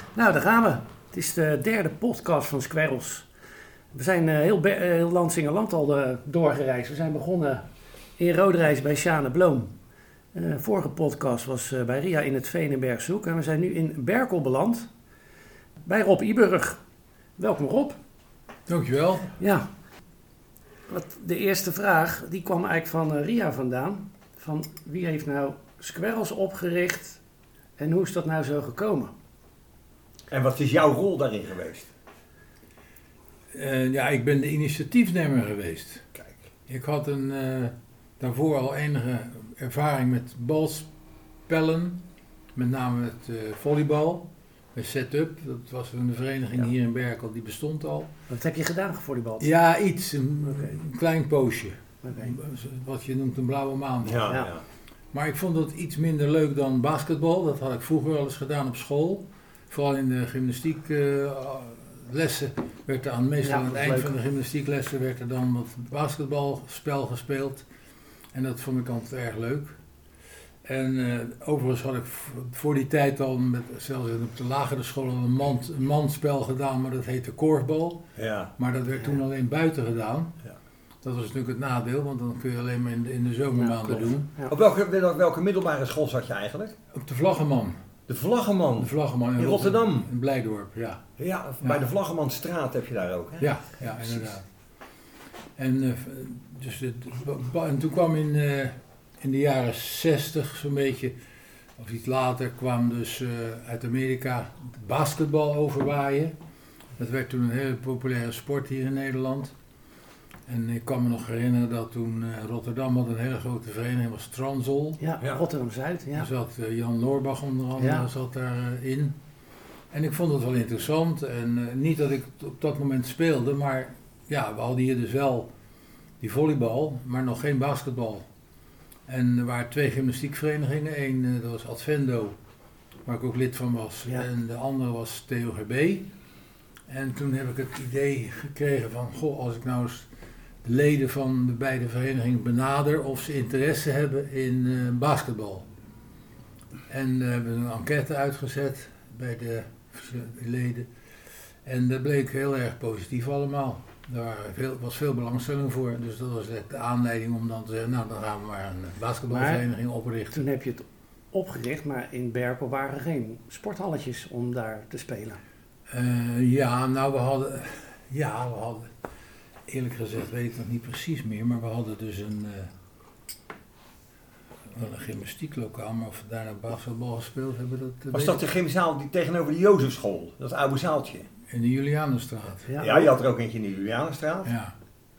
Nou, daar gaan we. Het is de derde podcast van Squirrels. We zijn heel Lansingerland al doorgereisd. We zijn begonnen in Roderijs bij Sjane Bloem. De vorige podcast was bij Ria in het Veen in Bergshoek. En we zijn nu in Berkel beland bij Rob Iburg. Welkom Rob. Dankjewel. Ja. De eerste vraag die kwam eigenlijk van Ria vandaan. Van wie heeft nou Squirrels opgericht en hoe is dat nou zo gekomen? En wat is jouw rol daarin geweest? Ik ben de initiatiefnemer geweest. Kijk. Ik had daarvoor al enige ervaring met balspellen, met name met volleybal, bij Setup. Dat was een vereniging hier in Berkel, die bestond al. Wat heb je gedaan voor volleybal? Ja, iets, een klein poosje. Okay. Wat je noemt een blauwe maand. Ja. Maar ik vond het iets minder leuk dan basketbal. Dat had ik vroeger wel eens gedaan op school. Vooral in de gymnastieklessen werd er meestal aan het eind van de gymnastieklessen werd er dan wat basketbalspel gespeeld. En dat vond ik altijd erg leuk. En overigens had ik voor die tijd al, zelfs op de lagere school, een mandspel gedaan, maar dat heette korfbal. Ja. Maar dat werd toen alleen buiten gedaan. Ja. Dat was natuurlijk het nadeel, want dan kun je alleen maar in de zomermaanden doen. Ja. Op welke middelbare school zat je eigenlijk? Op de Vlaggenman. De Vlaggenman. De Vlaggenman in Rotterdam. In Blijdorp, ja. Ja, bij de Vlaggenmanstraat heb je daar ook, hè? Ja, inderdaad. En, en toen kwam in de jaren 60 zo'n beetje, of iets later, kwam dus uit Amerika basketbal overwaaien. Dat werd toen een hele populaire sport hier in Nederland. En ik kan me nog herinneren dat toen Rotterdam had een hele grote vereniging, was Transol. Ja, Rotterdam-Zuid. Ja. Daar zat Jan Loorbach onder andere zat daarin. En ik vond het wel interessant. En niet dat ik op dat moment speelde, maar ja, we hadden hier dus wel die volleybal, maar nog geen basketbal. En er waren 2 gymnastiekverenigingen. Eén, dat was Advendo, waar ik ook lid van was. Ja. En de andere was TOGB. En toen heb ik het idee gekregen van, als ik nou eens de leden van de beide verenigingen benader of ze interesse hebben in basketbal. En we hebben een enquête uitgezet bij de leden. En dat bleek heel erg positief allemaal. Er was veel belangstelling voor. Dus dat was de aanleiding om dan te zeggen, nou dan gaan we maar een basketbalvereniging oprichten. Toen heb je het opgericht, maar in Berkel waren er geen sporthalletjes om daar te spelen. We hadden, eerlijk gezegd weet ik dat niet precies meer, maar we hadden dus een gymnastieklokaal, maar of we daar nou basketbal gespeeld hebben, dat was dat de gymzaal die tegenover de Jozefschool, dat oude zaaltje? In de Julianenstraat. Ja, je had er ook eentje in de Julianenstraat. Ja.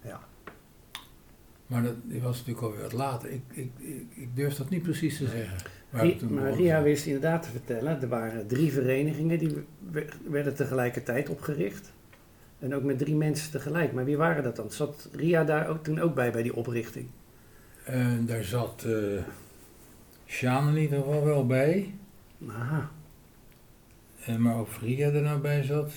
Maar die was natuurlijk alweer wat later. Ik durf dat niet precies te zeggen. Maar Ria wist inderdaad te vertellen, er waren 3 verenigingen die werden tegelijkertijd opgericht. En ook met 3 mensen tegelijk. Maar wie waren dat dan? Zat Ria daar toen ook bij die oprichting? Daar zat Sjane in ieder geval wel bij. Aha. Maar of Ria er nou bij zat.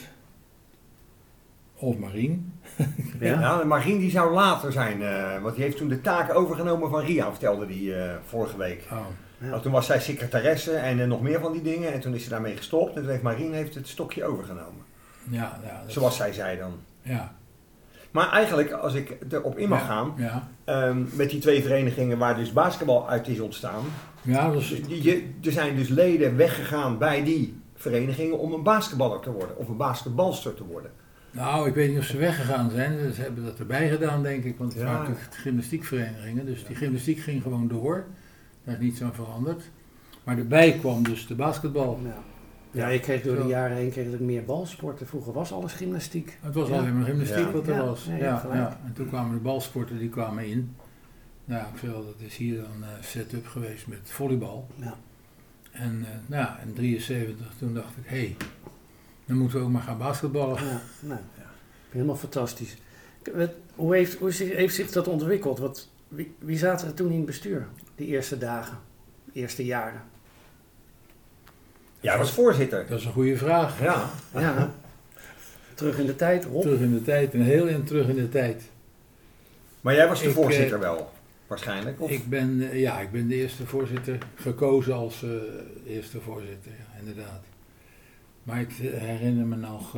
Of Marien. Ja, Marien die zou later zijn. Want die heeft toen de taak overgenomen van Ria, vertelde die vorige week. Oh. Ja. Toen was zij secretaresse en nog meer van die dingen. En toen is ze daarmee gestopt. En toen heeft Marien het stokje overgenomen. Ja, zoals zij zei dan. Ja. Maar eigenlijk, als ik erop in mag gaan, met die 2 verenigingen waar dus basketbal uit is ontstaan. Ja, er zijn dus leden weggegaan bij die verenigingen om een basketballer te worden. Of een basketbalster te worden. Nou, ik weet niet of ze weggegaan zijn. Ze hebben dat erbij gedaan, denk ik. Want het waren natuurlijk gymnastiekverenigingen. Dus die gymnastiek ging gewoon door. Daar is niets aan veranderd. Maar erbij kwam dus de basketbal. Ja, ik kreeg door de jaren heen meer balsporten. Vroeger was alles gymnastiek. Het was alleen maar gymnastiek wat er was. Ja. En toen kwamen de balsporten, die kwamen in. Nou, dat is hier dan Setup geweest met volleybal. Ja. En in 73 toen dacht ik, dan moeten we ook maar gaan basketballen. Helemaal fantastisch. Hoe heeft zich dat ontwikkeld? Wie zaten er toen in het bestuur? Die eerste dagen, eerste jaren? Ja, was voorzitter. Dat is een goede vraag. Ja. Terug in de tijd, Rob? Terug in de tijd, een heel eind terug in de tijd. Maar jij was de voorzitter wel, waarschijnlijk? Of? Ik ben de eerste voorzitter, gekozen als eerste voorzitter, ja, inderdaad. Maar ik herinner me nog,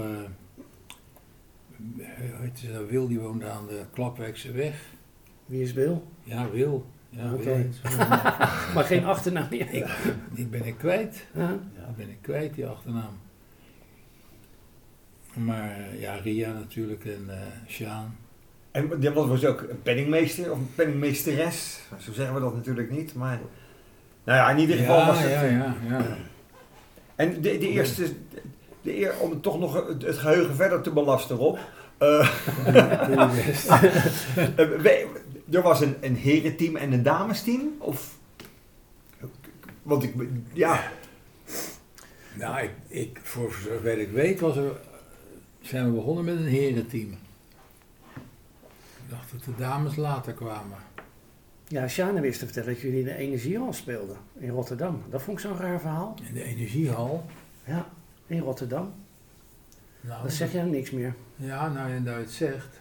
Wil die woonde aan de Klapwijkse weg. Wie is Wil? Ja, Wil. Ja, Oké. Maar geen achternaam meer. Die ben ik kwijt. Ja. Die ben ik kwijt, die achternaam. Maar Ria natuurlijk en Sjaan. En wat was ook een penningmeester of een penningmeesteres? Zo zeggen we dat natuurlijk niet, maar... Nou ja, in ieder geval was het... Ja. En de eerste... om toch nog het geheugen verder te belasten, Rob. Er was een herenteam en een damesteam? Of... Want ik... Ja... Nou, voor zover ik weet zijn we begonnen met een herenteam. Ik dacht dat de dames later kwamen. Ja, Sjane wist te vertellen dat jullie in de Energiehal speelden in Rotterdam. Dat vond ik zo'n raar verhaal. In de Energiehal? Ja, in Rotterdam. Nou, Dat zeg jij niks meer. Ja, nou en dat je het zegt.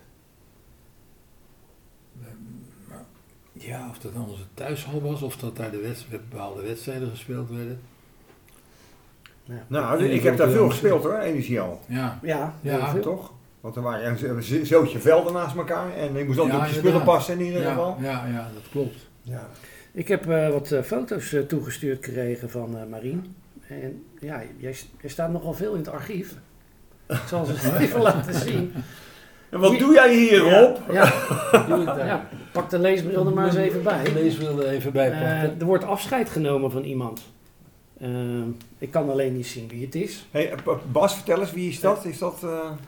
Ja, of dat dan onze thuishal was, of dat daar bepaalde wedstrijden gespeeld werden. Ja. Nou, ik heb daar veel gespeeld hoor, Energiehal. Ja, Heel veel. Toch? Want er waren een zootje velden naast elkaar en je moest altijd op je spullen inderdaad. passen in ieder geval. Ja, dat klopt. Ja. Ik heb wat foto's toegestuurd gekregen van Marien. En ja, jij staat nogal veel in het archief. Ik zal ze even laten zien. En wat doe jij hier, Rob? Ja, pak de leesbril er maar eens even bij. De leesbril er even bij pakken. Er wordt afscheid genomen van iemand. Ik kan alleen niet zien wie het is. Hey, Bas, vertel eens, wie is dat? Is dat...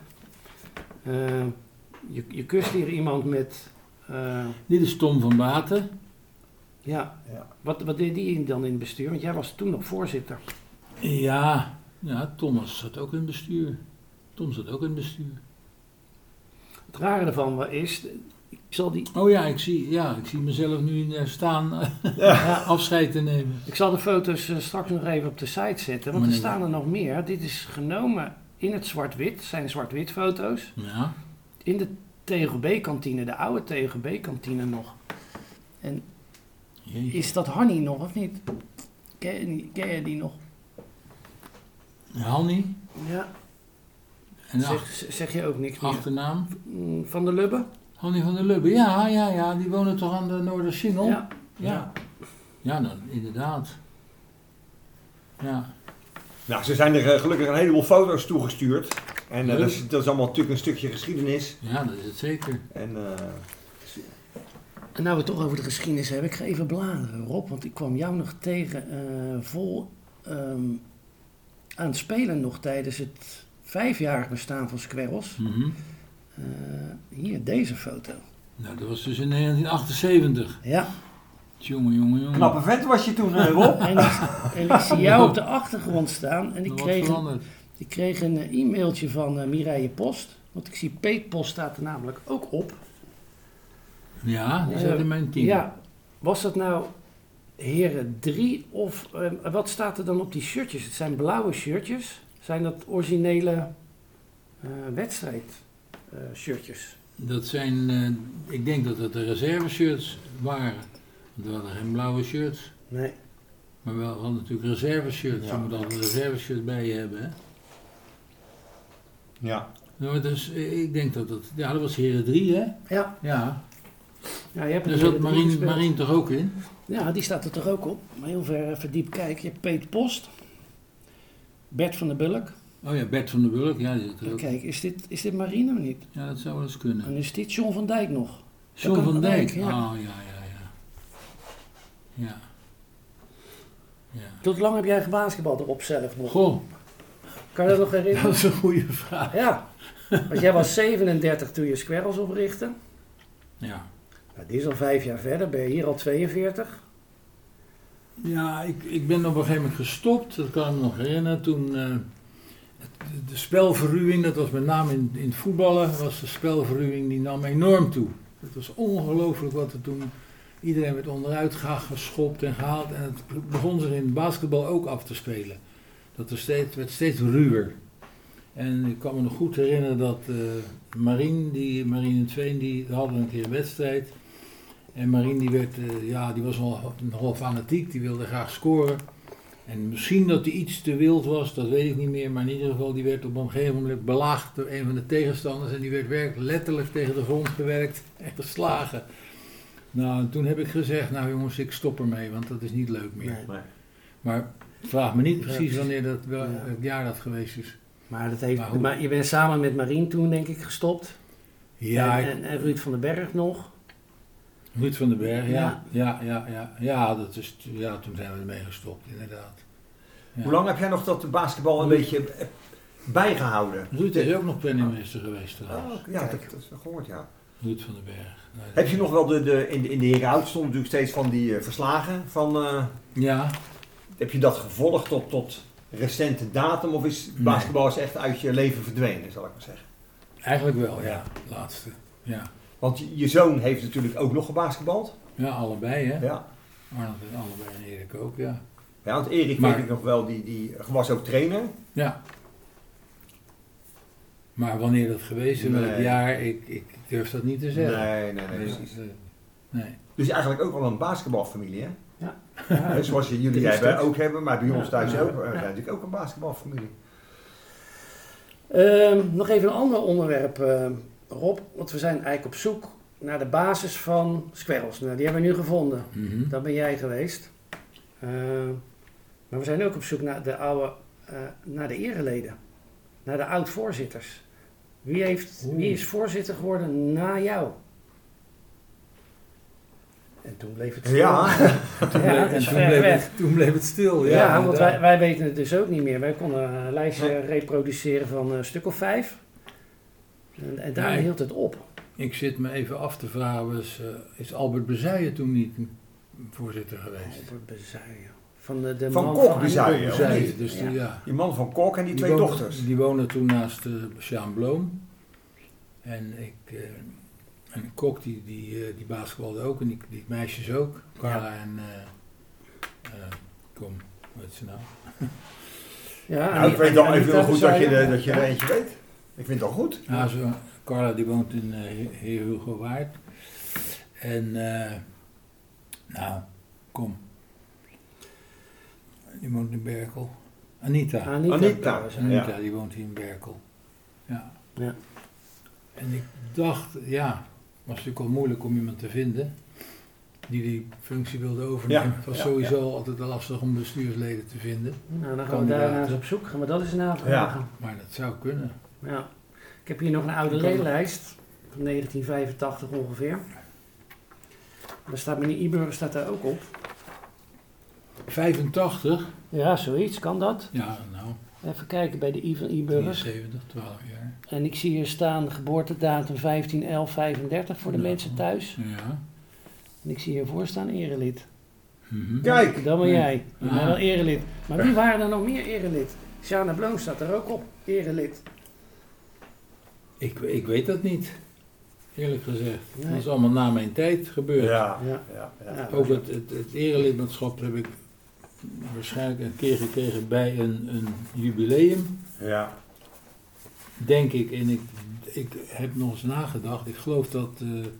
Je kust hier iemand met... Dit is Tom van Baten. Ja. Wat deed die dan in het bestuur? Want jij was toen nog voorzitter. Ja, Thomas zat ook in het bestuur. Tom zat ook in het bestuur. Het rare ervan is... Ik zal die... Oh ja, ik zie mezelf nu staan afscheid te nemen. Ik zal de foto's straks nog even op de site zetten, want er staan er nog meer. Dit is genomen in het zwart-wit, het zijn zwart-wit foto's. Ja. In de TGB-kantine, de oude TGB-kantine nog. En Jeetje. is dat Hanny nog of niet? Ken je die nog? Hanny. Ja. En Zeg je ook niks meer? achternaam? Van der Lubbe? Hanny van der Lubbe. Ja, die wonen toch aan de Noordersingel? Ja. Ja, dan inderdaad. Ja. Nou, ze zijn er gelukkig een heleboel foto's toegestuurd. En dat is allemaal natuurlijk een stukje geschiedenis. Ja, dat is het zeker. En En nou we het toch over de geschiedenis hebben, ik ga even bladeren, Rob, want ik kwam jou nog tegen vol aan het spelen nog tijdens het 5-jarig bestaan van Squirrels. Mhm. Hier, deze foto. Nou, dat was dus in 1978. Ja. Jongen. knappe vent was je toen, Rob. En ik zie jou op de achtergrond staan en ik Dat kreeg een e-mailtje van Mireille Post. Want ik zie Peet Post staat er namelijk ook op. Ja, die zat in mijn team. Ja, was dat nou heren 3 of wat staat er dan op die shirtjes? Het zijn blauwe shirtjes. Zijn dat originele wedstrijdshirtjes? Dat zijn, ik denk dat het de reserveshirts waren. Want we hadden geen blauwe shirts. Nee. Maar we hadden natuurlijk reserveshirts. Ja. Je moet altijd een reserveshirt bij je hebben, hè? Ja. Nou, dus ik denk dat dat... Ja, dat was heren 3, hè? Ja. Ja. Ja, je hebt Daar het zat heren 3 gespeeld. Marien toch ook in? Ja, die staat er toch ook op. Maar heel verdiep kijken. Je hebt Peet Post. Bert van der Bulk. Oh ja, Bert van der Bulk. Ja, die zit er ook. Kijk, is dit Marien of niet? Ja, dat zou wel eens kunnen. En is dit John van Dijk nog? John van Dijk. Ja. Oh, ja. Tot lang heb jij gebasketbald erop zelf nog? Goh, Kan je dat nog herinneren? dat is een goede vraag. Ja. Want jij was 37 toen je Squirrels oprichtte. Ja. Nou, dit is al 5 jaar verder. Ben je hier al 42? Ja, ik ben op een gegeven moment gestopt, dat kan ik me nog herinneren. Toen de spelverruwing, dat was met name in het voetballen, was de spelverruwing die nam enorm toe. Het was ongelooflijk wat er toen, iedereen werd onderuit geschopt en gehaald. En het begon zich in het basketbal ook af te spelen. Dat werd steeds ruwer. En ik kan me nog goed herinneren dat Marien en Tveen, die hadden een keer een wedstrijd. En Marien die was nogal fanatiek, die wilde graag scoren. En misschien dat hij iets te wild was, dat weet ik niet meer. Maar in ieder geval, die werd op een gegeven moment belaagd door een van de tegenstanders. En die werd letterlijk tegen de grond gewerkt en geslagen. Nou, en toen heb ik gezegd, nou jongens, ik stop ermee, want dat is niet leuk meer. Nee. Maar vraag me niet precies wanneer het jaar dat geweest is. Maar, maar je bent samen met Marien toen, denk ik, gestopt. Ja, en Ruud van den Berg nog. Ruud van den Berg, ja. Toen zijn we ermee gestopt, inderdaad. Ja. Hoe lang heb jij nog dat basketbal een beetje bijgehouden? Ruud is ook nog penningmeester geweest trouwens. Ja, dat is gehoord, ja. Ruud van den Berg. Nee, heb je nog wel in de herenhout stond natuurlijk steeds van die verslagen van... Ja. Heb je dat gevolgd tot recente datum of is basketbal is echt uit je leven verdwenen, zal ik maar zeggen? Eigenlijk wel, ja. Laatste, ja. Want je zoon heeft natuurlijk ook nog gebasketbald. Ja, allebei, hè? Ja. Arnold en allebei en Erik ook, ja. Ja, want Erik weet ik nog wel, die was ook trainer. Ja. Maar wanneer dat geweest is, welk jaar, ik durf dat niet te zeggen. Nee, precies. Nee. Dus eigenlijk ook wel een basketbalfamilie, hè? Ja. Zoals jullie ook hebben, maar bij ons thuis ook. We zijn natuurlijk ook een basketbalfamilie. Nog even een ander onderwerp, Rob. Want we zijn eigenlijk op zoek naar de basis van Squirrels. Nou, die hebben we nu gevonden. Mm-hmm. Dat ben jij geweest. Maar we zijn ook op zoek naar naar de ereleden. Naar de oud-voorzitters. Wie is voorzitter geworden na jou? En toen bleef het stil. Ja. Toen bleef het stil. Ja, want wij weten het dus ook niet meer. Wij konden een lijstje reproduceren van een stuk of 5. En daar hield het op. Ik zit me even af te vragen, is Albert Bezuijen toen niet voorzitter geweest? Albert Bezuijen. Van Van man Kok van Bezuijen. Dus die man van Kok en die twee dochters. Die wonen toen naast Sjaan Bloem. En Kok die basketbalde ook en die meisjes ook. Carla en hoe heet ze nou? Ja, ik weet al even heel goed dat je er eentje weet. Ik vind het al goed. Ja, Carla die woont in Heer Hugo Waard. En die woont in Berkel. Anita, die woont hier in Berkel. Ja. En ik dacht, was natuurlijk al moeilijk om iemand te vinden die functie wilde overnemen. Het was sowieso altijd lastig om bestuursleden te vinden. Nou, dan gaan we daar eens op zoek. Gaan we dat eens navragen. Ja, maar dat zou kunnen. Ja. Ik heb hier nog een oude ledenlijst van 1985 ongeveer. Daar staat meneer Iburg daar ook op. 85? Ja, zoiets. Kan dat? Ja, nou. Even kijken bij de I van Iburg. 73, 12 jaar. En ik zie hier staan geboortedatum 15/11/35 voor de mensen thuis. Ja. En ik zie hiervoor staan erelid. Mm-hmm. Kijk! Dat ben jij. Je bent wel erelid. Maar wie waren er nog meer erelid? Sjana Bloem staat er ook op. Erelid. Ik weet dat niet. Eerlijk gezegd. Nee. Dat is allemaal na mijn tijd gebeurd. Ja. Ook het erelidmaatschap heb ik waarschijnlijk een keer gekregen bij een jubileum. Ja. Denk ik. En ik heb nog eens nagedacht. Ik geloof dat,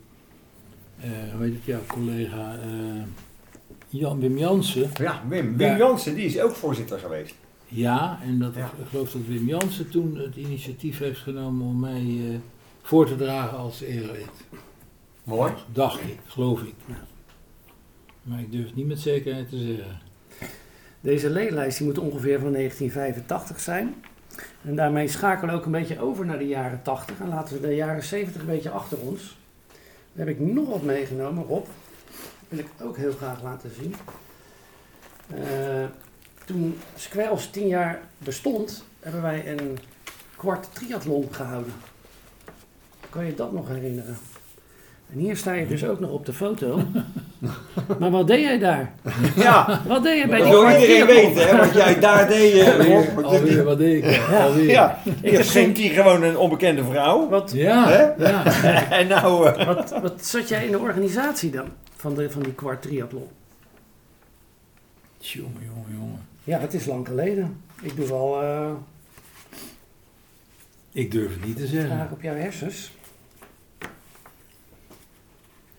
jouw collega Wim Jansen. Ja, Wim Jansen, die is ook voorzitter geweest. Ja, en ik geloof dat Wim Jansen toen het initiatief heeft genomen om mij voor te dragen als erelid. Mooi. Dacht ik, geloof ik. Maar ik durf het niet met zekerheid te zeggen. Deze ledenlijst die moet ongeveer van 1985 zijn. En daarmee schakelen we ook een beetje over naar de jaren 80. En laten we de jaren 70 een beetje achter ons. Daar heb ik nog wat meegenomen, Rob. Dat wil ik ook heel graag laten zien. Toen Squirrels 10 jaar bestond, hebben wij een kwart triathlon gehouden. Kan je dat nog herinneren? En hier sta je dus ook nog op de foto. Maar wat deed jij daar? Ja. Wat deed je bij dat die wil iedereen weten, hè, wat jij daar deed. Alweer, wat deed ik? Ja. Je schenkt hier gewoon een onbekende vrouw. Wat? Ja. En nou... Wat zat jij in de organisatie dan? Van die kwart triathlon? Jongen. Ja, het is lang geleden. Ik doe wel... Ik durf het niet te zeggen. Graag op jouw hersens.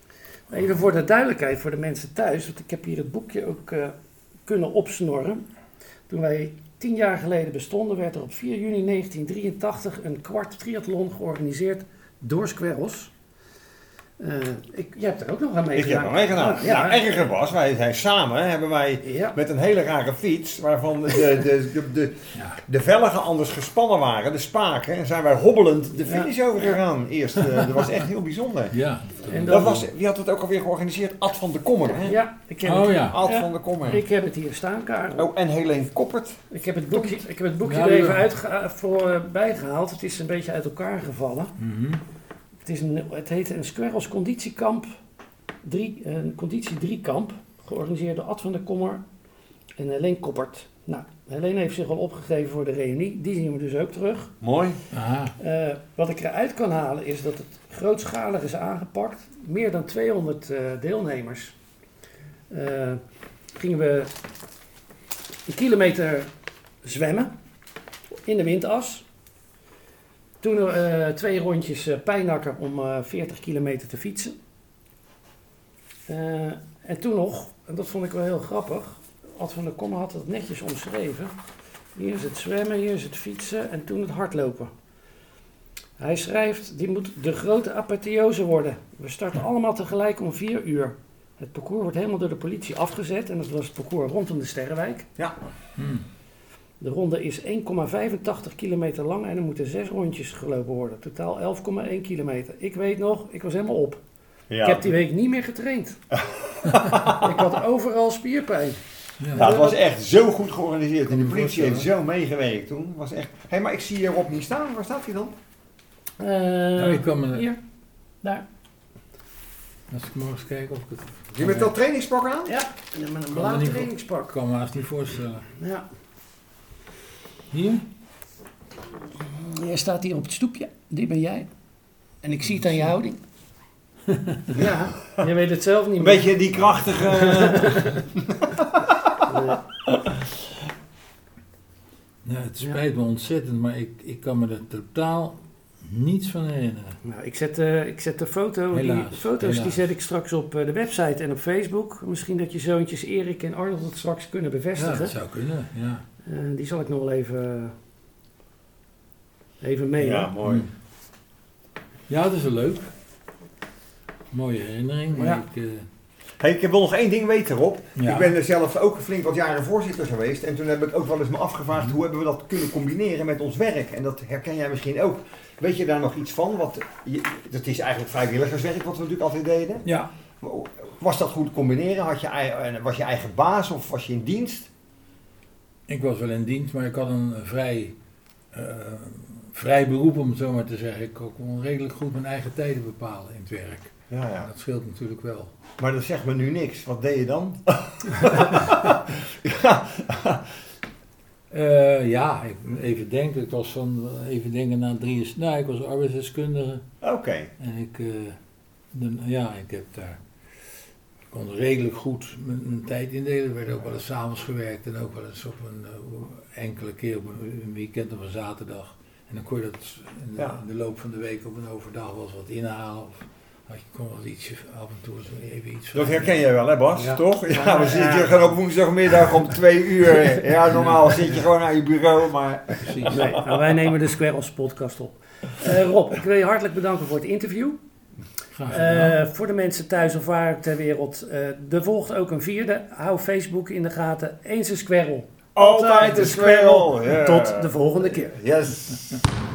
Even voor de duidelijkheid voor de mensen thuis, want ik heb hier het boekje ook kunnen opsnorren. Toen wij 10 jaar geleden bestonden, werd er op 4 juni 1983 een kwart triathlon georganiseerd door Squirrels. Jij hebt er ook nog aan meegedaan. Ik heb er meegedaan. Ja. Nou, erger was, wij zijn samen, hebben wij met een hele rare fiets, waarvan de velgen anders gespannen waren, de spaken, en zijn wij hobbelend de finish overgegaan. Eerst, dat was echt heel bijzonder. Ja. En Wie had het ook alweer georganiseerd? Ad van de Kommer, hè? Ja, ik heb Ad van de Kommer. Ik heb het hier staan, Karel. Oh, en Helene Koppert. Ik heb het boekje er even bijgehaald. Het is een beetje uit elkaar gevallen. Mm-hmm. Het heet een Squirrels Conditiekamp. Een conditie 3 kamp. Georganiseerd door Ad van der Kommer en Helene Koppert. Nou, Helene heeft zich al opgegeven voor de reunie. Die zien we dus ook terug. Mooi. Wat ik eruit kan halen is dat het grootschalig is aangepakt. Meer dan 200 deelnemers. Gingen we 1 kilometer zwemmen in de windas. Toen 2 rondjes Pijnakker om 40 kilometer te fietsen. En toen nog, en dat vond ik wel heel grappig, Ad van der Kommer had het netjes omschreven. Hier is het zwemmen, hier is het fietsen en toen het hardlopen. Hij schrijft, die moet de grote apotheose worden. We starten allemaal tegelijk om 4 uur. Het parcours wordt helemaal door de politie afgezet en dat was het parcours rondom de Sterrenwijk. Ja. De ronde is 1,85 kilometer lang en er moeten 6 rondjes gelopen worden. Totaal 11,1 kilometer. Ik weet nog, ik was helemaal op. Ja. Ik heb die week niet meer getraind. Ik had overal spierpijn. Ja. Nou, het was echt zo goed georganiseerd en de politie heeft zo meegewerkt toen. Was echt... Hey, maar ik zie hier Rob niet staan. Waar staat hij dan? Ik kan hier. Daar. Als ik morgen eens kijken of ik het... Je met dat trainingspak aan? Ja, met een blauw trainingspak. Ik kan me haast niet voorstellen. Ja. Hier? Jij staat hier op het stoepje. Die ben jij. En ik zie het aan je houding. Ja, je weet het zelf niet meer. Een beetje die krachtige... Ja, het spijt me ontzettend, maar ik kan me er totaal niets van herinneren. Nou, ik zet de foto, helaas. Die zet ik straks op de website en op Facebook. Misschien dat je zoontjes Erik en Arnold het straks kunnen bevestigen. Ja, dat zou kunnen, ja. Die zal ik nog wel even mailen. Ja, mooi. Ja, dat is wel leuk. Mooie herinnering, maar ja. Hey, ik wil nog één ding weten, Rob. Ja. Ik ben er zelf ook flink wat jaren voorzitter geweest. En toen heb ik ook wel eens me afgevraagd hoe hebben we dat kunnen combineren met ons werk. En dat herken jij misschien ook. Weet je daar nog iets van? Het is eigenlijk vrijwilligerswerk wat we natuurlijk altijd deden. Ja. Was dat goed te combineren? Was je eigen baas of was je in dienst? Ik was wel in dienst, maar ik had een vrij beroep, om het zo maar te zeggen. Ik kon redelijk goed mijn eigen tijden bepalen in het werk. Ja. Dat scheelt natuurlijk wel. Maar dat zegt me nu niks. Wat deed je dan? Even denken. Ik was even denken naar 3. Nou, ik was arbeidsdeskundige. Oké. En ik heb daar... Ik kon redelijk goed mijn tijd indelen. Er werd ook wel eens 's avonds gewerkt en ook wel eens op een enkele keer op een weekend of een zaterdag. En dan kon je dat in de loop van de week op een overdag wel eens wat inhalen. Of kon wel ietsje af en toe even iets. Dat herken jij wel, hè Bas? Ja. Toch? Ja, we zitten hier gewoon op woensdagmiddag om 2 uur. Ja, normaal zit je gewoon aan je bureau, maar... Precies. Nee, nou, wij nemen de Squirrels podcast op. Rob, ik wil je hartelijk bedanken voor het interview. Voor de mensen thuis of waar ter wereld. Er volgt ook een 4e. Hou Facebook in de gaten. Eens een squirrel. Altijd een squirrel. Yeah. Tot de volgende keer. Yes.